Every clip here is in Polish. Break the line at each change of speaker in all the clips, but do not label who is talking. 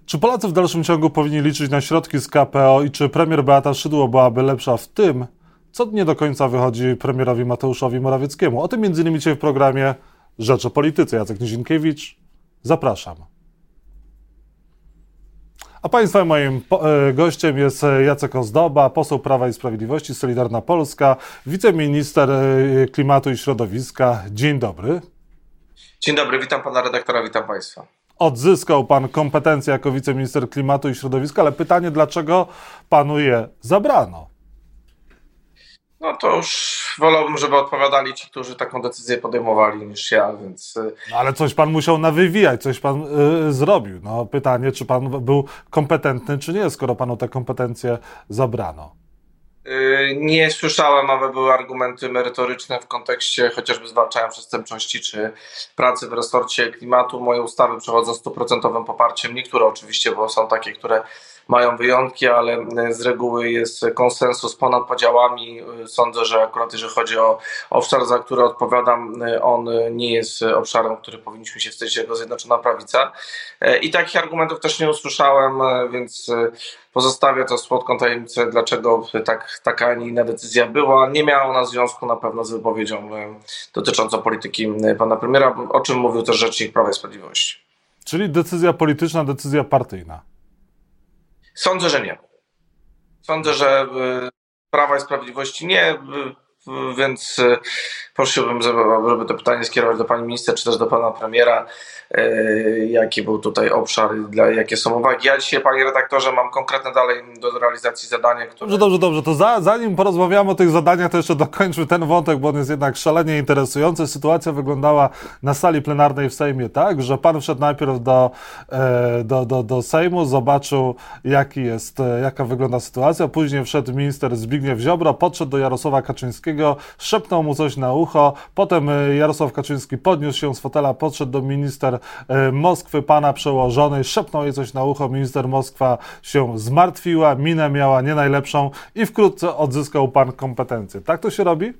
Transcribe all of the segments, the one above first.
Czy Polacy w dalszym ciągu powinni liczyć na środki z KPO i czy premier Beata Szydło byłaby lepsza w tym, co nie do końca wychodzi premierowi Mateuszowi Morawieckiemu? O tym m.in. dzisiaj w programie Rzecz o Polityce. Jacek Nizinkiewicz, zapraszam. A Państwa moim gościem jest Jacek Ozdoba, poseł Prawa i Sprawiedliwości, Solidarna Polska, wiceminister klimatu i środowiska. Dzień dobry.
Dzień dobry, witam pana redaktora, witam państwa.
Odzyskał pan kompetencje jako wiceminister klimatu i środowiska, ale pytanie, dlaczego panu je zabrano?
No to już wolałbym, żeby odpowiadali ci, którzy taką decyzję podejmowali, niż ja, więc...
No ale coś pan musiał nawywijać, coś pan zrobił. No pytanie, czy pan był kompetentny, czy nie, skoro panu te kompetencje zabrano.
Nie słyszałem, aby były argumenty merytoryczne w kontekście chociażby zwalczania przestępczości czy pracy w resorcie klimatu. Moje ustawy przechodzą 100% poparciem. Niektóre oczywiście, bo są takie, które mają wyjątki, ale z reguły jest konsensus ponad podziałami. Sądzę, że akurat jeżeli chodzi o obszar, za który odpowiadam, on nie jest obszarem, który powinniśmy się wstydzić jako Zjednoczona Prawica. I takich argumentów też nie usłyszałem, więc pozostawię to słodką tajemnicę, dlaczego taka, a nie inna decyzja była. Nie miała ona związku na pewno z wypowiedzią dotyczącą polityki pana premiera, o czym mówił też rzecznik Prawa i Sprawiedliwości.
Czyli decyzja polityczna, decyzja partyjna.
Sądzę, że nie. Sądzę, że Prawa i Sprawiedliwości nie, więc prosiłbym, żeby to pytanie skierować do pani minister, czy też do pana premiera, jaki był tutaj obszar, jakie są uwagi. Ja dzisiaj, panie redaktorze, mam konkretne dalej do realizacji zadania, które...
Dobrze. To zanim porozmawiamy o tych zadaniach, to jeszcze dokończmy ten wątek, bo on jest jednak szalenie interesujący. Sytuacja wyglądała na sali plenarnej w Sejmie tak, że pan wszedł najpierw do Sejmu, zobaczył jaka wygląda sytuacja, później wszedł minister Zbigniew Ziobro, podszedł do Jarosława Kaczyńskiego, szepnął mu coś na ucho, potem Jarosław Kaczyński podniósł się z fotela, podszedł do minister Moskwy, pana przełożonej, szepnął jej coś na ucho, minister Moskwa się zmartwiła, minę miała nie najlepszą i wkrótce odzyskał pan kompetencje. Tak to się robi?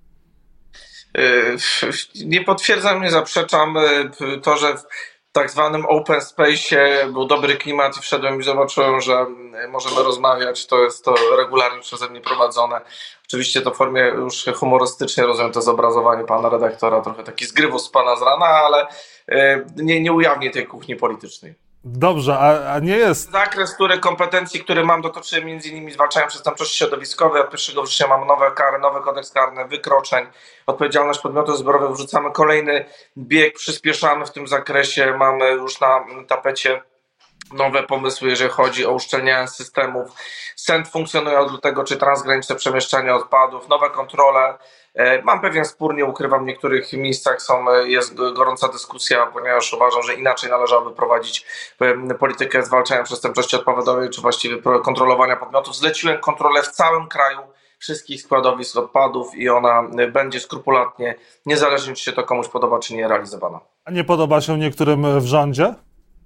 Nie potwierdzam, nie zaprzeczam. To, że w tak zwanym open space był dobry klimat i wszedłem i zobaczyłem, że możemy rozmawiać, to jest to regularnie przeze mnie prowadzone. Oczywiście to w formie już humorystycznie, rozumiem to zobrazowanie pana redaktora, trochę taki zgrywus z pana z rana, ale nie ujawnię tej kuchni politycznej.
Dobrze, a nie jest...
Zakres kompetencji, który mam, dotyczy m.in. zwalczania przestępczości środowiskowej. Od 1 września mamy nowe kary, nowy kodeks karny, wykroczeń, odpowiedzialność podmiotów zbiorowych. Wrzucamy kolejny bieg, przyspieszamy w tym zakresie. Mamy już na tapecie nowe pomysły, jeżeli chodzi o uszczelnianie systemów. SENT funkcjonuje od lutego, czy transgraniczne przemieszczanie odpadów, nowe kontrole. Mam pewien spór, nie ukrywam, w niektórych miejscach jest gorąca dyskusja, ponieważ uważam, że inaczej należałoby prowadzić politykę zwalczania przestępczości odpadowej, czy właściwie kontrolowania podmiotów. Zleciłem kontrolę w całym kraju wszystkich składowisk odpadów i ona będzie skrupulatnie, niezależnie czy się to komuś podoba, czy nie, realizowana.
A nie podoba się niektórym w rządzie?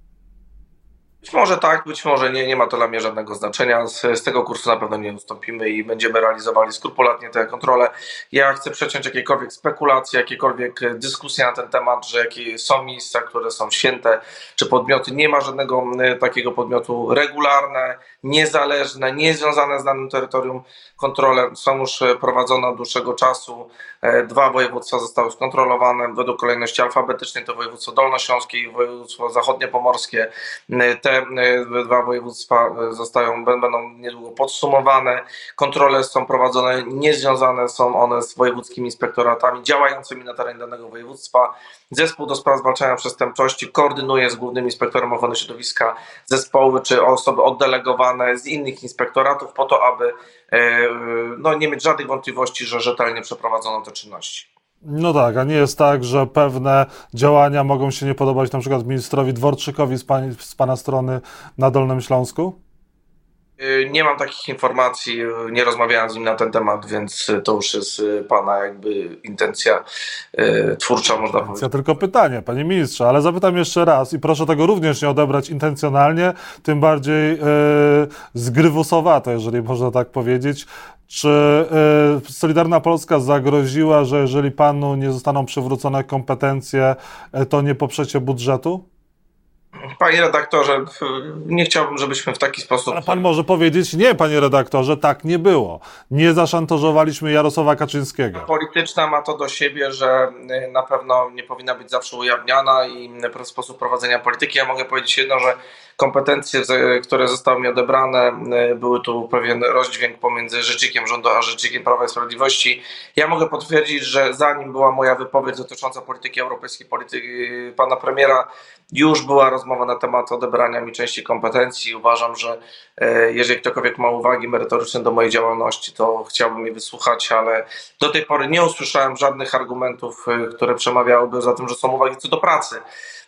Być może tak, być może nie ma to dla mnie żadnego znaczenia. Z tego kursu na pewno nie ustąpimy i będziemy realizowali skrupulatnie te kontrole. Ja chcę przeciąć jakiekolwiek spekulacje, jakiekolwiek dyskusje na ten temat, że jakie są miejsca, które są święte, czy podmioty. Nie ma żadnego takiego podmiotu. Regularne, niezależne, niezwiązane z danym terytorium kontrole są już prowadzone od dłuższego czasu. 2 województwa zostały skontrolowane według kolejności alfabetycznej, to województwo dolnośląskie i województwo zachodniopomorskie. Te 2 województwa będą niedługo podsumowane. Kontrole są prowadzone, niezwiązane są one z wojewódzkimi inspektoratami działającymi na terenie danego województwa. Zespół do spraw zwalczania przestępczości koordynuje z Głównym Inspektorem Ochrony Środowiska zespoły czy osoby oddelegowane z innych inspektoratów po to, aby nie mieć żadnych wątpliwości, że rzetelnie przeprowadzono te czynności.
No tak, a nie jest tak, że pewne działania mogą się nie podobać na przykład ministrowi Dworczykowi z pana strony na Dolnym Śląsku?
Nie mam takich informacji, nie rozmawiałem z nim na ten temat, więc to już jest pana intencja twórcza, można powiedzieć.
Ja tylko pytanie, panie ministrze, ale zapytam jeszcze raz i proszę tego również nie odebrać intencjonalnie, tym bardziej zgrywusowato, jeżeli można tak powiedzieć. Czy Solidarna Polska zagroziła, że jeżeli panu nie zostaną przywrócone kompetencje, to nie poprzecie budżetu?
Panie redaktorze, nie chciałbym, żebyśmy w taki sposób...
Ale pan może powiedzieć, nie, panie redaktorze, tak nie było. Nie zaszantażowaliśmy Jarosława Kaczyńskiego.
Polityczna ma to do siebie, że na pewno nie powinna być zawsze ujawniana i sposób prowadzenia polityki. Ja mogę powiedzieć jedno, że kompetencje, które zostały mi odebrane, były tu pewien rozdźwięk pomiędzy rzecznikiem rządu a rzecznikiem Prawa i Sprawiedliwości. Ja mogę potwierdzić, że zanim była moja wypowiedź dotycząca polityki europejskiej, polityki pana premiera, już była rozmowa na temat odebrania mi części kompetencji. Uważam, że jeżeli ktokolwiek ma uwagi merytoryczne do mojej działalności, to chciałbym je wysłuchać, ale do tej pory nie usłyszałem żadnych argumentów, które przemawiałyby za tym, że są uwagi co do pracy.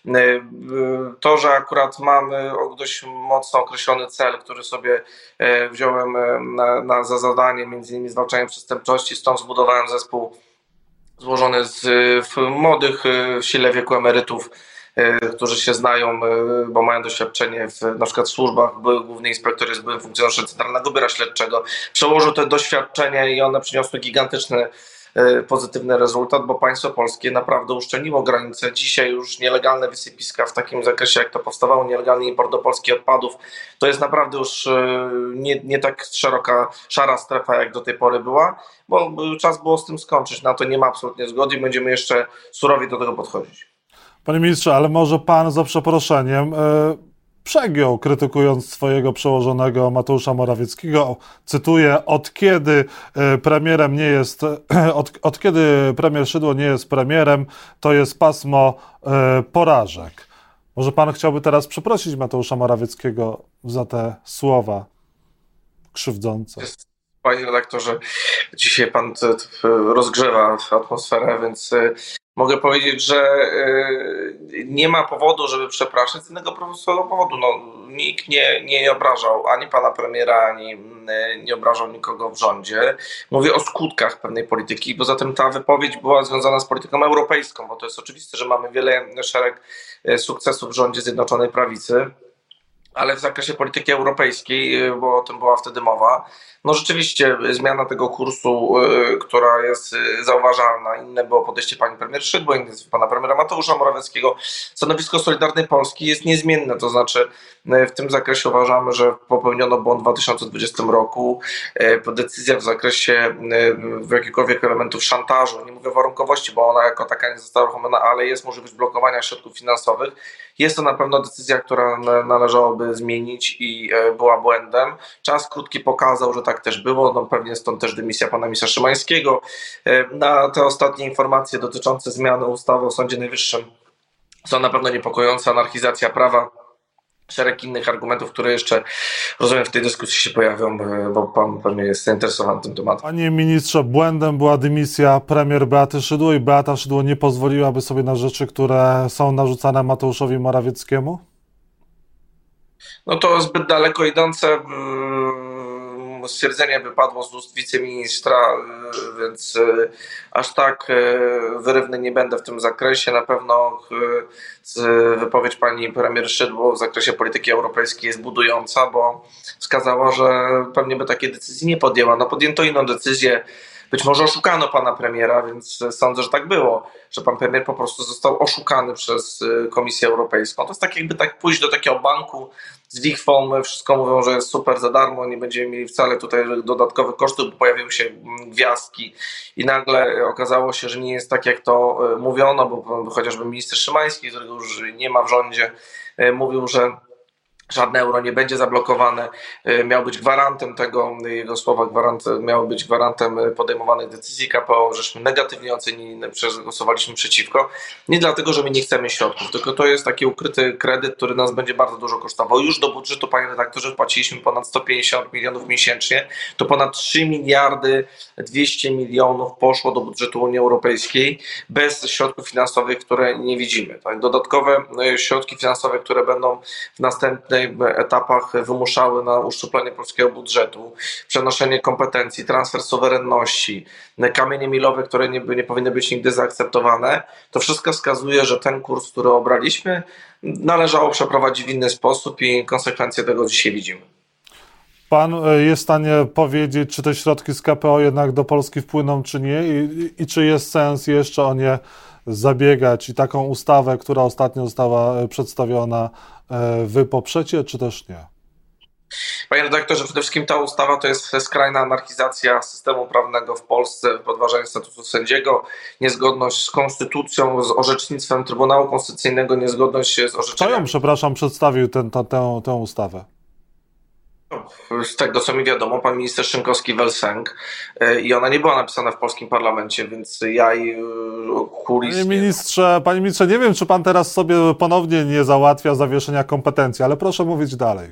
To, że akurat mamy dość mocno określony cel, który sobie wziąłem za zadanie, między innymi zwalczanie przestępczości, stąd zbudowałem zespół złożony z młodych w sile wieku emerytów, którzy się znają, bo mają doświadczenie na przykład w służbach, były główny inspektor, jest byłym funkcjonariuszem Centralnego Biura Śledczego, przełożył te doświadczenia i one przyniosły gigantyczny pozytywny rezultat, bo państwo polskie naprawdę uszczelniło granice. Dzisiaj już nielegalne wysypiska w takim zakresie, jak to powstawało, nielegalny import do Polski odpadów, to jest naprawdę już nie tak szeroka, szara strefa, jak do tej pory była, bo czas było z tym skończyć. Na to nie ma absolutnie zgody i będziemy jeszcze surowiej do tego podchodzić.
Panie ministrze, ale może pan za przeproszeniem przegiął, krytykując swojego przełożonego Mateusza Morawieckiego. Cytuję, od kiedy premierem nie jest, od kiedy premier Szydło nie jest premierem, to jest pasmo porażek. Może pan chciałby teraz przeprosić Mateusza Morawieckiego za te słowa krzywdzące?
Panie redaktorze, dzisiaj pan rozgrzewa atmosferę, więc mogę powiedzieć, że nie ma powodu, żeby przepraszać z innego prostego powodu. No, nikt nie obrażał ani pana premiera, ani nie obrażał nikogo w rządzie. Mówię o skutkach pewnej polityki, poza tym ta wypowiedź była związana z polityką europejską, bo to jest oczywiste, że mamy szereg sukcesów w rządzie Zjednoczonej Prawicy, ale w zakresie polityki europejskiej, bo o tym była wtedy mowa, no rzeczywiście zmiana tego kursu, która jest zauważalna, inne było podejście pani premier Szydło, inne pana premiera Mateusza Morawieckiego. Stanowisko Solidarnej Polski jest niezmienne, to znaczy w tym zakresie uważamy, że popełniono błąd w 2020 roku. Decyzja w zakresie jakichkolwiek elementów szantażu, nie mówię warunkowości, bo ona jako taka nie została uruchomiona, ale jest możliwość blokowania środków finansowych. Jest to na pewno decyzja, która należałoby zmienić i była błędem. Czas krótki pokazał, że tak też było, no pewnie stąd też dymisja pana ministra Szymańskiego. Na te ostatnie informacje dotyczące zmiany ustawy o Sądzie Najwyższym są na pewno niepokojące, anarchizacja prawa, szereg innych argumentów, które jeszcze, rozumiem, w tej dyskusji się pojawią, bo pan pewnie jest zainteresowany tym tematem.
Panie ministrze, błędem była dymisja premier Beaty Szydło i Beata Szydło nie pozwoliłaby sobie na rzeczy, które są narzucane Mateuszowi Morawieckiemu?
No to zbyt daleko idące stwierdzenie by padło z ust wiceministra, więc aż tak wyrywny nie będę w tym zakresie. Na pewno wypowiedź pani premier Szydło w zakresie polityki europejskiej jest budująca, bo wskazała, że pewnie by takiej decyzji nie podjęła. No podjęto inną decyzję. Być może oszukano pana premiera, więc sądzę, że tak było, że pan premier po prostu został oszukany przez Komisję Europejską. To jest tak jakby tak pójść do takiego banku z lichwą, wszystko mówią, że jest super za darmo, nie będziemy mieli wcale tutaj dodatkowych kosztów, bo pojawiły się gwiazdki i nagle okazało się, że nie jest tak, jak to mówiono, bo chociażby minister Szymański, którego już nie ma w rządzie, mówił, że żadne euro nie będzie zablokowane, miał być gwarantem tego, jego słowa miały być gwarantem podejmowanych decyzji KPO, żeśmy negatywnie ocenili, głosowaliśmy przeciwko. Nie dlatego, że my nie chcemy środków, tylko to jest taki ukryty kredyt, który nas będzie bardzo dużo kosztował. Już do budżetu, panie redaktorze, wpłaciliśmy ponad 150 milionów miesięcznie, to ponad 3 miliardy 200 milionów poszło do budżetu Unii Europejskiej bez środków finansowych, które nie widzimy. Tak? Dodatkowe środki finansowe, które będą w następnych etapach wymuszały na uszczuplenie polskiego budżetu, przenoszenie kompetencji, transfer suwerenności, kamienie milowe, które nie powinny być nigdy zaakceptowane, to wszystko wskazuje, że ten kurs, który obraliśmy, należało przeprowadzić w inny sposób i konsekwencje tego dzisiaj widzimy.
Pan jest w stanie powiedzieć, czy te środki z KPO jednak do Polski wpłyną, czy nie i czy jest sens jeszcze o nie zabiegać i taką ustawę, która ostatnio została przedstawiona, wy poprzecie, czy też nie?
Panie redaktorze, przede wszystkim ta ustawa to jest skrajna anarchizacja systemu prawnego w Polsce, podważanie statusu sędziego, niezgodność z konstytucją, z orzecznictwem Trybunału Konstytucyjnego, niezgodność z
Kto
orzeczeniami.
ją, przepraszam, przedstawił tę ustawę?
Z tego, co mi wiadomo, pan minister Szynkowski-Welsenk i ona nie była napisana w polskim parlamencie, więc ja i kulis...
Panie ministrze, nie wiem, czy pan teraz sobie ponownie nie załatwia zawieszenia kompetencji, ale proszę mówić dalej.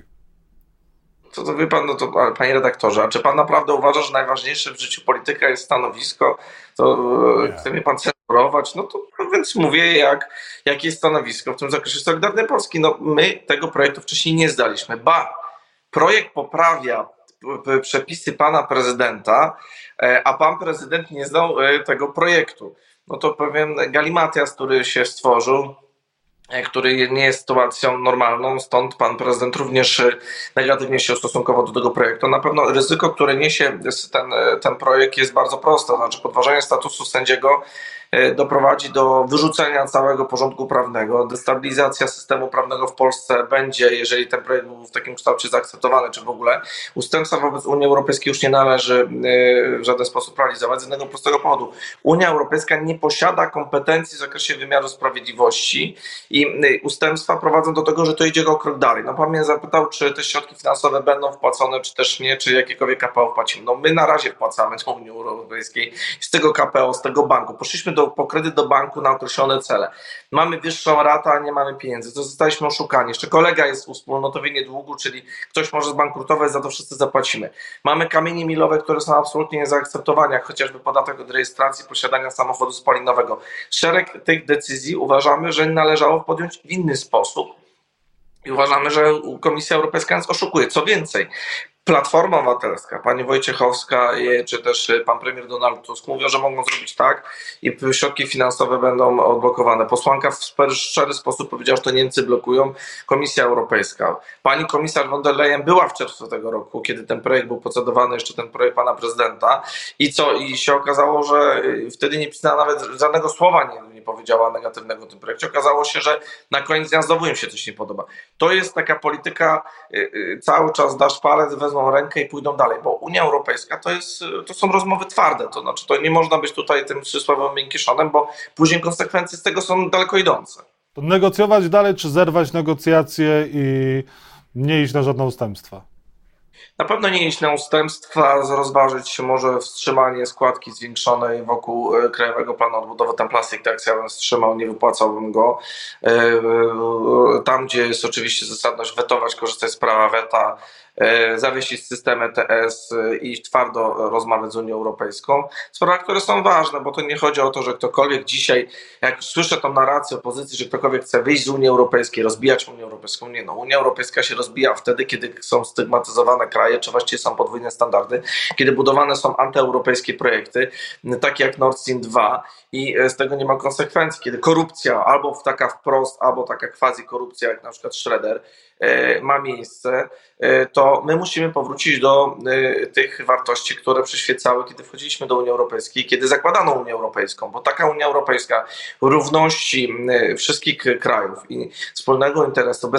To wie pan, ale panie redaktorze, a czy pan naprawdę uważa, że najważniejsze w życiu polityka jest stanowisko? To chce mnie pan cenzurować? Więc mówię, jakie jest stanowisko w tym zakresie Solidarnej Polski. My tego projektu wcześniej nie zdaliśmy. Projekt poprawia przepisy pana prezydenta, a pan prezydent nie zdał tego projektu. To pewien galimatias, który się stworzył, który nie jest sytuacją normalną, stąd pan prezydent również negatywnie się ustosunkował do tego projektu. Na pewno ryzyko, które niesie ten projekt, jest bardzo proste, to znaczy podważanie statusu sędziego doprowadzi do wyrzucenia całego porządku prawnego. Destabilizacja systemu prawnego w Polsce będzie, jeżeli ten projekt był w takim kształcie zaakceptowany, czy w ogóle. Ustępstwa wobec Unii Europejskiej już nie należy w żaden sposób realizować z jednego prostego powodu. Unia Europejska nie posiada kompetencji w zakresie wymiaru sprawiedliwości i ustępstwa prowadzą do tego, że to idzie o krok dalej. Pan mnie zapytał, czy te środki finansowe będą wpłacone, czy też nie, czy jakiekolwiek KPO wpłacimy. My na razie wpłacamy do Unii Europejskiej z tego KPO, z tego banku. Poszliśmy po kredyt do banku na określone cele. Mamy wyższą ratę, a nie mamy pieniędzy. To zostaliśmy oszukani. Jeszcze kolega jest uwspólnotowienie długu, czyli ktoś może zbankrutować, za to wszyscy zapłacimy. Mamy kamienie milowe, które są absolutnie nie zaakceptowane, jak chociażby podatek od rejestracji posiadania samochodu spalinowego. Szereg tych decyzji uważamy, że należało podjąć w inny sposób i uważamy, że Komisja Europejska nas oszukuje. Co więcej, Platforma Obywatelska, pani Wojciechowska czy też pan premier Donald Tusk mówią, że mogą zrobić tak i środki finansowe będą odblokowane. Posłanka w szczery sposób powiedziała, że to Niemcy blokują, Komisja Europejska. Pani komisarz von der Leyen była w czerwcu tego roku, kiedy ten projekt był procedowany, jeszcze ten projekt pana prezydenta i się okazało, że wtedy nie pisała nawet żadnego słowa, nie powiedziała negatywnego o tym projekcie. Okazało się, że na koniec dnia znowu im się coś nie podoba. To jest taka polityka, cały czas dasz palec, wezmą rękę i pójdą dalej, bo Unia Europejska to są rozmowy twarde, to znaczy to nie można być tutaj tym przysłowiowym miękkiszonem, bo później konsekwencje z tego są daleko idące.
To negocjować dalej, czy zerwać negocjacje i nie iść na żadne ustępstwa?
Na pewno nie iść na ustępstwa, rozważyć może wstrzymanie składki zwiększonej wokół Krajowego Planu Odbudowy. Ten plastik tax ja bym wstrzymał, nie wypłacałbym go. Tam, gdzie jest oczywiście zasadność wetować, korzystać z prawa weta, zawiesić system ETS i twardo rozmawiać z Unią Europejską. Sprawy, które są ważne, bo to nie chodzi o to, że ktokolwiek dzisiaj, jak słyszę tą narrację opozycji, że ktokolwiek chce wyjść z Unii Europejskiej, rozbijać Unię Europejską. Nie, Unia Europejska się rozbija wtedy, kiedy są stygmatyzowane kraje, czy właściwie są podwójne standardy, kiedy budowane są antyeuropejskie projekty, takie jak Nord Stream 2 i z tego nie ma konsekwencji, kiedy korupcja albo taka wprost, albo taka quasi-korupcja, jak na przykład Schroeder, ma miejsce, to my musimy powrócić do tych wartości, które przyświecały, kiedy wchodziliśmy do Unii Europejskiej, kiedy zakładano Unię Europejską, bo taka Unia Europejska równości wszystkich krajów i wspólnego interesu,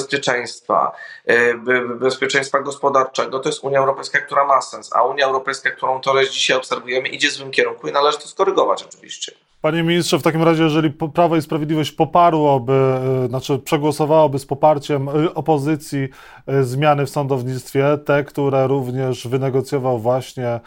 bezpieczeństwa gospodarczego, to jest Unia Europejska, która ma sens, a Unia Europejska, którą dzisiaj obserwujemy, idzie w złym kierunku i należy to skorygować oczywiście.
Panie ministrze, w takim razie, jeżeli Prawo i Sprawiedliwość przegłosowałoby z poparciem opozycji zmiany w sądownictwie, te, które również wynegocjował właśnie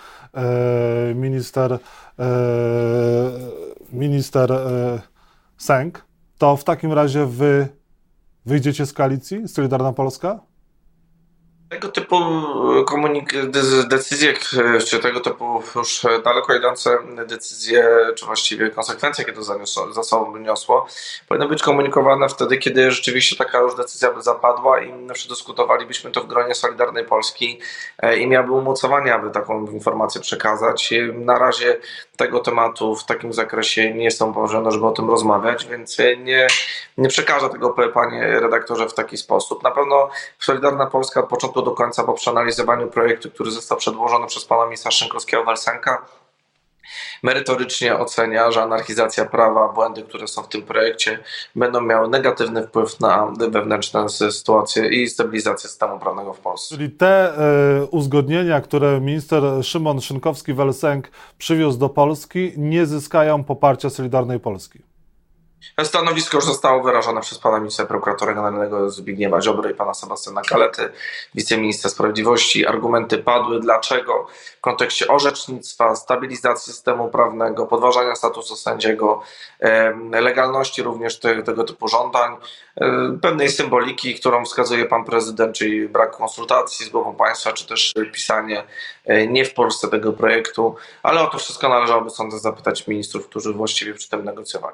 minister Sęk, to w takim razie wy wyjdziecie z koalicji Solidarna Polska?
Tego typu decyzje, czy tego typu już daleko idące decyzje, czy właściwie konsekwencje, jakie to za sobą by niosło, powinny być komunikowane wtedy, kiedy rzeczywiście taka już decyzja by zapadła i przedyskutowalibyśmy to w gronie Solidarnej Polski i miałby umocowanie, aby taką informację przekazać. Na razie tego tematu w takim zakresie nie jestem położony, żeby o tym rozmawiać, więc nie przekażę tego, panie redaktorze, w taki sposób. Na pewno Solidarna Polska od początku do końca po przeanalizowaniu projektu, który został przedłożony przez pana ministra Szynkowskiego-Welsenka, merytorycznie ocenia, że anarchizacja prawa, błędy, które są w tym projekcie, będą miały negatywny wpływ na wewnętrzne sytuacje i stabilizację systemu prawnego w Polsce.
Czyli te uzgodnienia, które minister Szymon Szynkowski-Welsenk przywiózł do Polski, nie zyskają poparcia Solidarnej Polski.
Stanowisko już zostało wyrażone przez pana ministra prokuratora generalnego Zbigniewa Ziobry i pana Sebastiana Kalety, wiceministra sprawiedliwości. Argumenty padły, dlaczego w kontekście orzecznictwa, stabilizacji systemu prawnego, podważania statusu sędziego, legalności również tego typu żądań, pewnej symboliki, którą wskazuje pan prezydent, czyli brak konsultacji z głową państwa, czy też pisanie nie w Polsce tego projektu, ale o to wszystko należałoby, sądzę, zapytać ministrów, którzy właściwie przy tym negocjowali.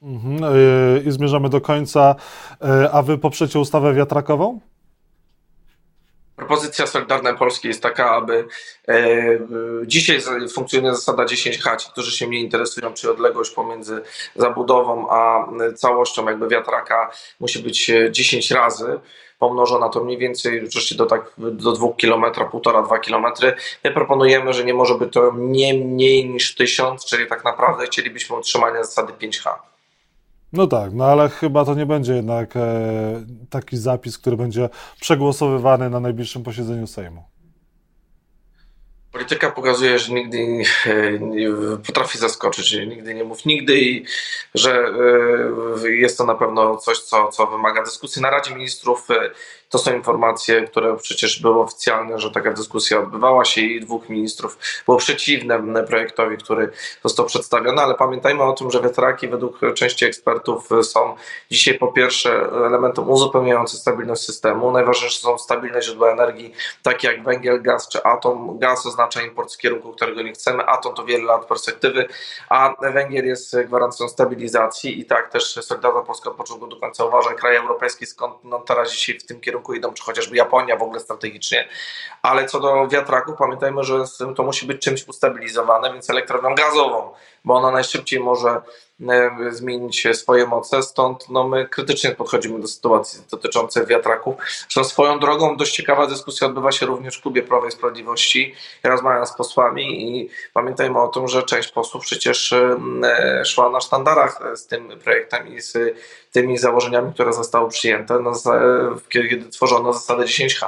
I zmierzamy do końca. A wy poprzecie ustawę wiatrakową?
Propozycja Solidarnej Polski jest taka, aby dzisiaj funkcjonuje zasada 10H. Ci, którzy się mnie interesują, czy odległość pomiędzy zabudową a całością jakby wiatraka musi być 10 razy pomnożona, to mniej więcej oczywiście do 2 km, 1,5–2 km. My proponujemy, że nie może być to nie mniej niż 1000, czyli tak naprawdę chcielibyśmy utrzymania zasady 5H.
No tak, no ale chyba to nie będzie jednak taki zapis, który będzie przegłosowywany na najbliższym posiedzeniu Sejmu.
Polityka pokazuje, że nigdy nie potrafi zaskoczyć, nigdy nie mów nigdy i że jest to na pewno coś, co wymaga dyskusji. Na Radzie Ministrów to są informacje, które przecież były oficjalne, że taka dyskusja odbywała się i 2 ministrów było przeciwne projektowi, który został przedstawiony, ale pamiętajmy o tym, że wiatraki według części ekspertów są dzisiaj po pierwsze elementem uzupełniającym stabilność systemu. Najważniejsze są stabilne źródła energii, takie jak węgiel, gaz czy atom. Gaz oznacza import z kierunku, którego nie chcemy, atom to wiele lat perspektywy, a węgiel jest gwarancją stabilizacji i tak też Solidarna Polska od początku do końca uważa, kraje europejskie skąd teraz dzisiaj w tym kierunku idą, czy chociażby Japonia w ogóle strategicznie, ale co do wiatraków, pamiętajmy, że to musi być czymś ustabilizowane, więc elektrownią gazową, bo ona najszybciej może zmienić swoje moce, stąd my krytycznie podchodzimy do sytuacji dotyczącej wiatraków. Zresztą swoją drogą dość ciekawa dyskusja odbywa się również w klubie Prawa i Sprawiedliwości. Ja rozmawiam z posłami i pamiętajmy o tym, że część posłów przecież szła na sztandarach z tym projektem i z tymi założeniami, które zostały przyjęte, kiedy tworzono zasadę 10H.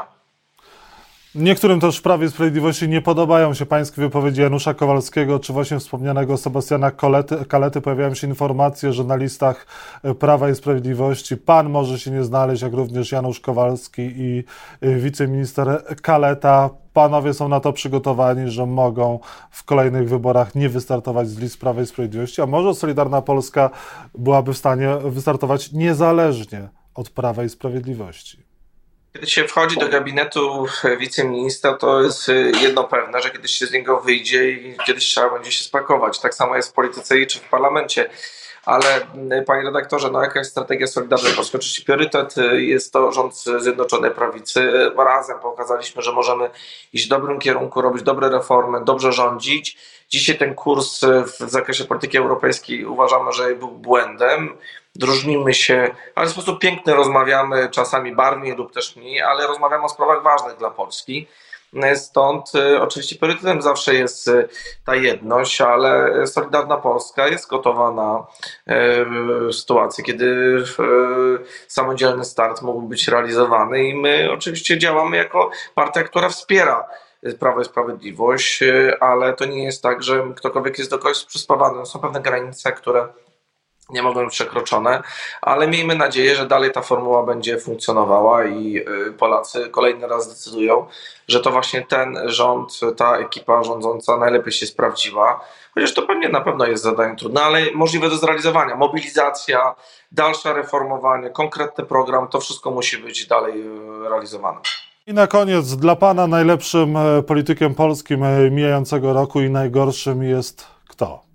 Niektórym też w Prawie i Sprawiedliwości nie podobają się pańskie wypowiedzi Janusza Kowalskiego czy właśnie wspomnianego Sebastiana Kalety. Pojawiają się informacje, że na listach Prawa i Sprawiedliwości pan może się nie znaleźć, jak również Janusz Kowalski i wiceminister Kaleta. Panowie są na to przygotowani, że mogą w kolejnych wyborach nie wystartować z list Prawa i Sprawiedliwości, a może Solidarna Polska byłaby w stanie wystartować niezależnie od Prawa i Sprawiedliwości.
Kiedy się wchodzi do gabinetu wiceministra, to jest jedno pewne, że kiedyś się z niego wyjdzie i kiedyś trzeba będzie się spakować. Tak samo jest w polityce i czy w parlamencie. Ale panie redaktorze, jakaś strategia Solidarnej Polski? Oczywiście priorytet jest to rząd Zjednoczonej Prawicy. Razem pokazaliśmy, że możemy iść w dobrym kierunku, robić dobre reformy, dobrze rządzić. Dzisiaj ten kurs w zakresie polityki europejskiej uważamy, że był błędem. Różnimy się, ale w sposób piękny rozmawiamy, czasami barwniej lub też mniej, ale rozmawiamy o sprawach ważnych dla Polski. Stąd oczywiście priorytetem zawsze jest ta jedność, ale Solidarna Polska jest gotowa na sytuację, kiedy samodzielny start mógłby być realizowany i my oczywiście działamy jako partia, która wspiera Prawo i Sprawiedliwość, ale to nie jest tak, że ktokolwiek jest do kogoś przyspawany. Są pewne granice, które nie mogą być przekroczone, ale miejmy nadzieję, że dalej ta formuła będzie funkcjonowała i Polacy kolejny raz decydują, że to właśnie ten rząd, ta ekipa rządząca najlepiej się sprawdziła. Chociaż to pewnie na pewno jest zadanie trudne, ale możliwe do zrealizowania. Mobilizacja, dalsze reformowanie, konkretny program, to wszystko musi być dalej realizowane.
I na koniec, dla pana najlepszym politykiem polskim mijającego roku i najgorszym jest kto?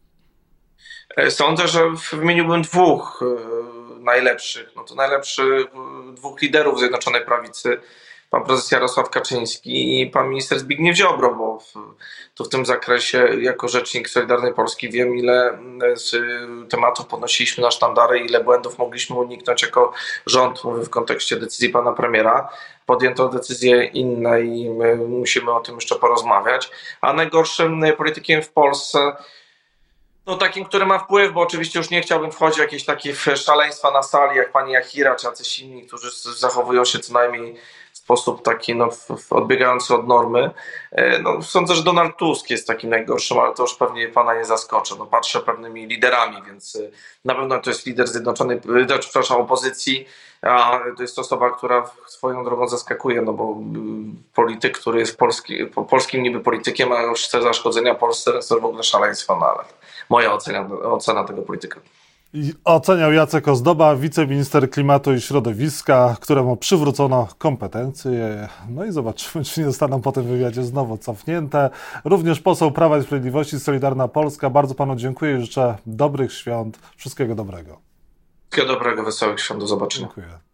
Sądzę, że wymieniłbym 2 najlepszych. To najlepszy 2 liderów Zjednoczonej Prawicy pan prezes Jarosław Kaczyński i pan minister Zbigniew Ziobro, bo tu w tym zakresie jako rzecznik Solidarnej Polski wiem, ile z tematów podnosiliśmy na sztandary, ile błędów mogliśmy uniknąć jako rząd, mówię w kontekście decyzji pana premiera. Podjęto decyzje inne i my musimy o tym jeszcze porozmawiać. A najgorszym politykiem w Polsce, no takim, który ma wpływ, bo oczywiście już nie chciałbym wchodzić w jakieś takie szaleństwa na sali, jak pani Jachira czy jacyś inni, którzy zachowują się co najmniej w sposób taki odbiegający od normy. No, sądzę, że Donald Tusk jest takim najgorszym, ale to już pewnie pana nie zaskoczę. No, patrzę pewnymi liderami, więc na pewno to jest lider Zjednoczonej, opozycji, a to jest osoba, która swoją drogą zaskakuje, no bo polityk, który jest polskim niby politykiem, a już chce zaszkodzenia Polsce, to w ogóle szaleństwo, no ale moja ocena tego polityka.
I oceniał Jacek Ozdoba, wiceminister klimatu i środowiska, któremu przywrócono kompetencje. No i zobaczymy, czy nie zostaną po tym wywiadzie znowu cofnięte. Również poseł Prawa i Sprawiedliwości, Solidarna Polska. Bardzo panu dziękuję i życzę dobrych świąt. Wszystkiego dobrego.
Wszystkiego dobrego, wesołych świąt. Do zobaczenia.
Dziękuję.